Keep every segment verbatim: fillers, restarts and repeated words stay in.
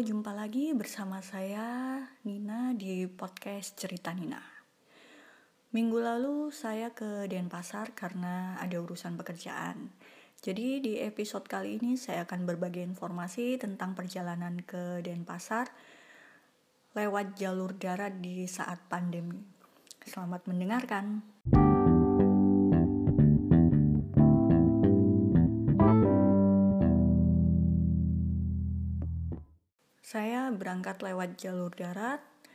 jumpa lagi bersama saya Nina di podcast Cerita Nina. Minggu lalu saya ke Denpasar karena ada urusan pekerjaan. Jadi di episode kali ini saya akan berbagi informasi tentang perjalanan ke Denpasar lewat jalur darat di saat pandemi. Selamat mendengarkan. Saya berangkat lewat jalur darat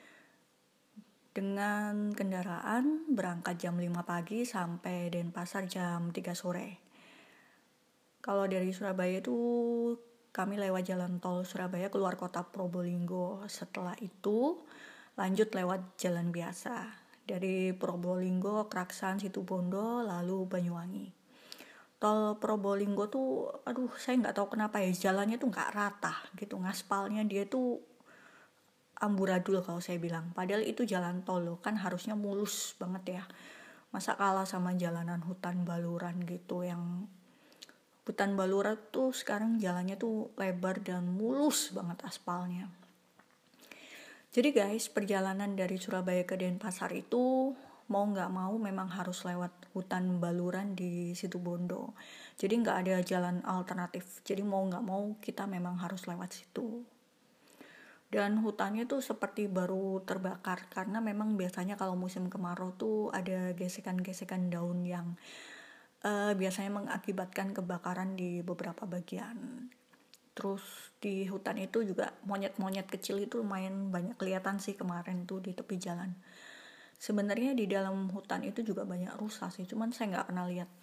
dengan kendaraan berangkat jam lima pagi sampai Denpasar jam tiga sore. Kalau dari Surabaya itu kami lewat jalan tol Surabaya keluar kota Probolinggo. Setelah itu lanjut lewat jalan biasa dari Probolinggo, Kraksan, Situbondo, lalu Banyuwangi. Tol Probolinggo tuh, aduh saya nggak tahu kenapa ya jalannya tuh nggak rata gitu, ngaspalnya dia tuh amburadul kalau saya bilang. Padahal itu jalan tol loh, kan harusnya mulus banget ya. Masa kalah sama jalanan hutan baluran gitu, yang hutan baluran tuh sekarang jalannya tuh lebar dan mulus banget aspalnya. Jadi guys, perjalanan dari Surabaya ke Denpasar itu mau nggak mau memang harus lewat hutan baluran di Situbondo. Jadi nggak ada jalan alternatif. Jadi mau nggak mau kita memang harus lewat situ. Dan hutannya tuh seperti baru terbakar karena memang biasanya kalau musim kemarau tuh ada gesekan-gesekan daun yang uh, biasanya mengakibatkan kebakaran di beberapa bagian. Terus di hutan itu juga monyet-monyet kecil itu lumayan banyak kelihatan sih kemarin tuh di tepi jalan. Sebenarnya di dalam hutan itu juga banyak rusa sih, cuman saya nggak pernah lihat.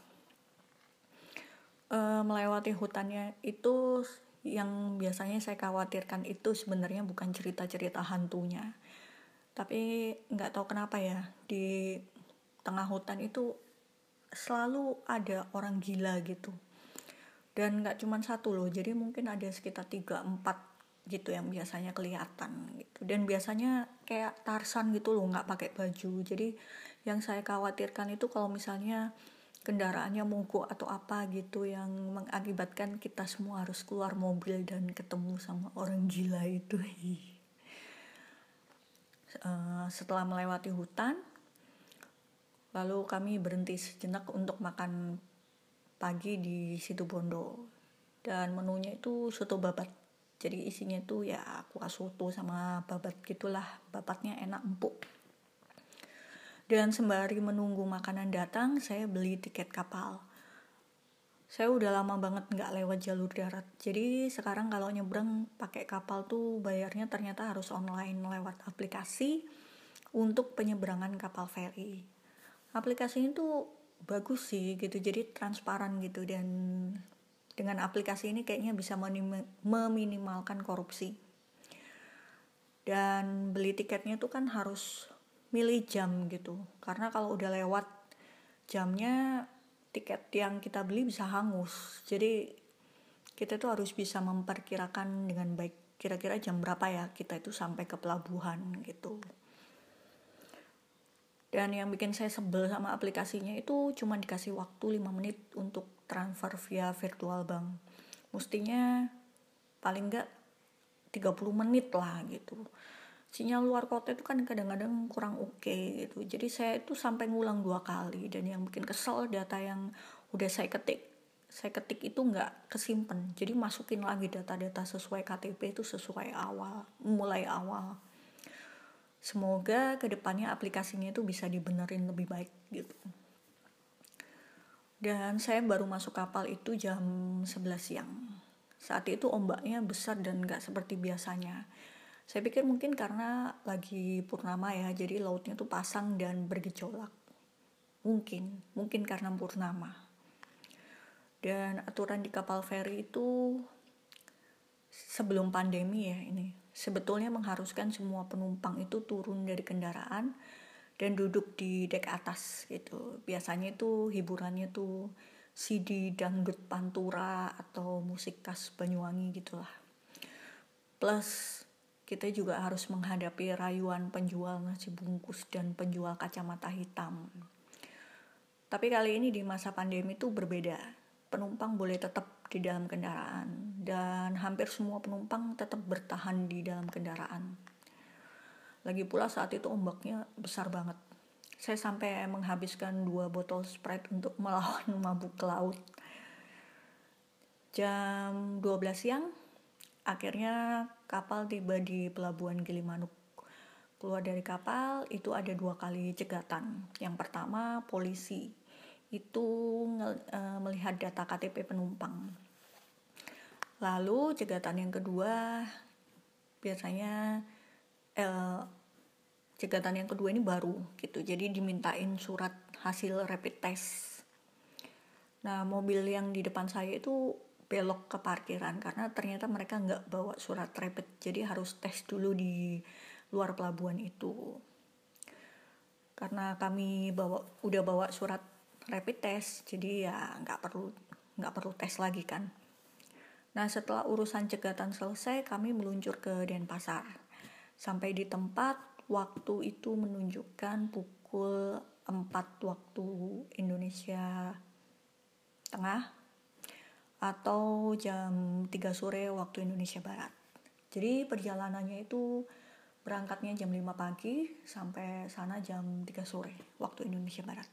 E, melewati hutannya itu yang biasanya saya khawatirkan itu sebenarnya bukan cerita-cerita hantunya, tapi nggak tahu kenapa ya di tengah hutan itu selalu ada orang gila gitu. Dan nggak cuma satu loh, jadi mungkin ada sekitar tiga empat gitu yang biasanya kelihatan gitu. Dan biasanya kayak Tarzan gitu loh, nggak pakai baju. Jadi yang saya khawatirkan itu kalau misalnya kendaraannya mogok atau apa gitu yang mengakibatkan kita semua harus keluar mobil dan ketemu sama orang gila itu. uh, setelah melewati hutan, lalu kami berhenti sejenak untuk makan pagi di Situbondo, dan menunya itu soto babat. Jadi isinya tuh ya kuah soto sama babat gitulah, babatnya enak empuk. Dan sembari menunggu makanan datang, saya beli tiket kapal. Saya udah lama banget nggak lewat jalur darat, jadi sekarang kalau nyebrang pakai kapal tuh bayarnya ternyata harus online lewat aplikasi untuk penyeberangan kapal feri. Aplikasi itu bagus sih gitu, jadi transparan gitu, dan dengan aplikasi ini kayaknya bisa menim- meminimalkan korupsi. Dan beli tiketnya tuh kan harus milih jam gitu, karena kalau udah lewat jamnya tiket yang kita beli bisa hangus. Jadi kita tuh harus bisa memperkirakan dengan baik kira-kira jam berapa ya kita itu sampai ke pelabuhan gitu. Dan yang bikin saya sebel sama aplikasinya itu cuma dikasih waktu lima menit untuk transfer via virtual bank. Mestinya paling enggak tiga puluh menit lah gitu. Sinyal luar kota itu kan kadang-kadang kurang oke okay, gitu. Jadi saya itu sampai ngulang dua kali. Dan yang bikin kesel data yang udah saya ketik. Saya ketik itu enggak kesimpan. Jadi masukin lagi data-data sesuai K T P itu sesuai awal, mulai awal. Semoga kedepannya aplikasinya itu bisa dibenerin lebih baik gitu. Dan saya baru masuk kapal itu jam sebelas siang. Saat itu ombaknya besar dan gak seperti biasanya. Saya pikir mungkin karena lagi purnama ya, jadi lautnya tuh pasang dan bergejolak. Mungkin, mungkin karena purnama. Dan aturan di kapal feri itu sebelum pandemi ya ini, sebetulnya mengharuskan semua penumpang itu turun dari kendaraan dan duduk di dek atas gitu. Biasanya itu hiburannya tuh C D dangdut pantura atau musik khas Banyuwangi gitulah. Plus kita juga harus menghadapi rayuan penjual nasi bungkus dan penjual kacamata hitam. Tapi kali ini di masa pandemi itu berbeda. Penumpang boleh tetap di dalam kendaraan dan hampir semua penumpang tetap bertahan di dalam kendaraan. Lagi pula saat itu ombaknya besar banget. Saya sampai menghabiskan dua botol Sprite untuk melawan mabuk laut. Jam dua belas siang, akhirnya kapal tiba di pelabuhan Gilimanuk. Keluar dari kapal itu ada dua kali cegatan. Yang pertama polisi itu uh, melihat data K T P penumpang. Lalu cegatan yang kedua biasanya uh, cegatan yang kedua ini baru gitu. Jadi dimintain surat hasil rapid test. Nah, mobil yang di depan saya itu belok ke parkiran karena ternyata mereka nggak bawa surat rapid, jadi harus tes dulu di luar pelabuhan itu. Karena kami bawa udah bawa surat rapid test, jadi ya nggak perlu nggak perlu tes lagi kan. Nah, setelah urusan cegatan selesai, kami meluncur ke Denpasar. Sampai di tempat, waktu itu menunjukkan pukul empat waktu Indonesia Tengah atau jam tiga sore waktu Indonesia Barat. Jadi perjalanannya itu berangkatnya jam lima pagi sampai sana jam tiga sore waktu Indonesia Barat.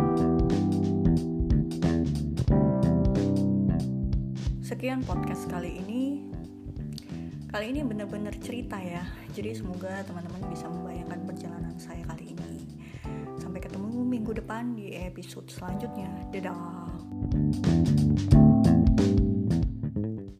Sekian podcast kali ini. Kali ini benar-benar cerita ya. Jadi semoga teman-teman bisa membayangkan perjalanan saya kali ini. Sampai ketemu minggu depan di episode selanjutnya. Dadah.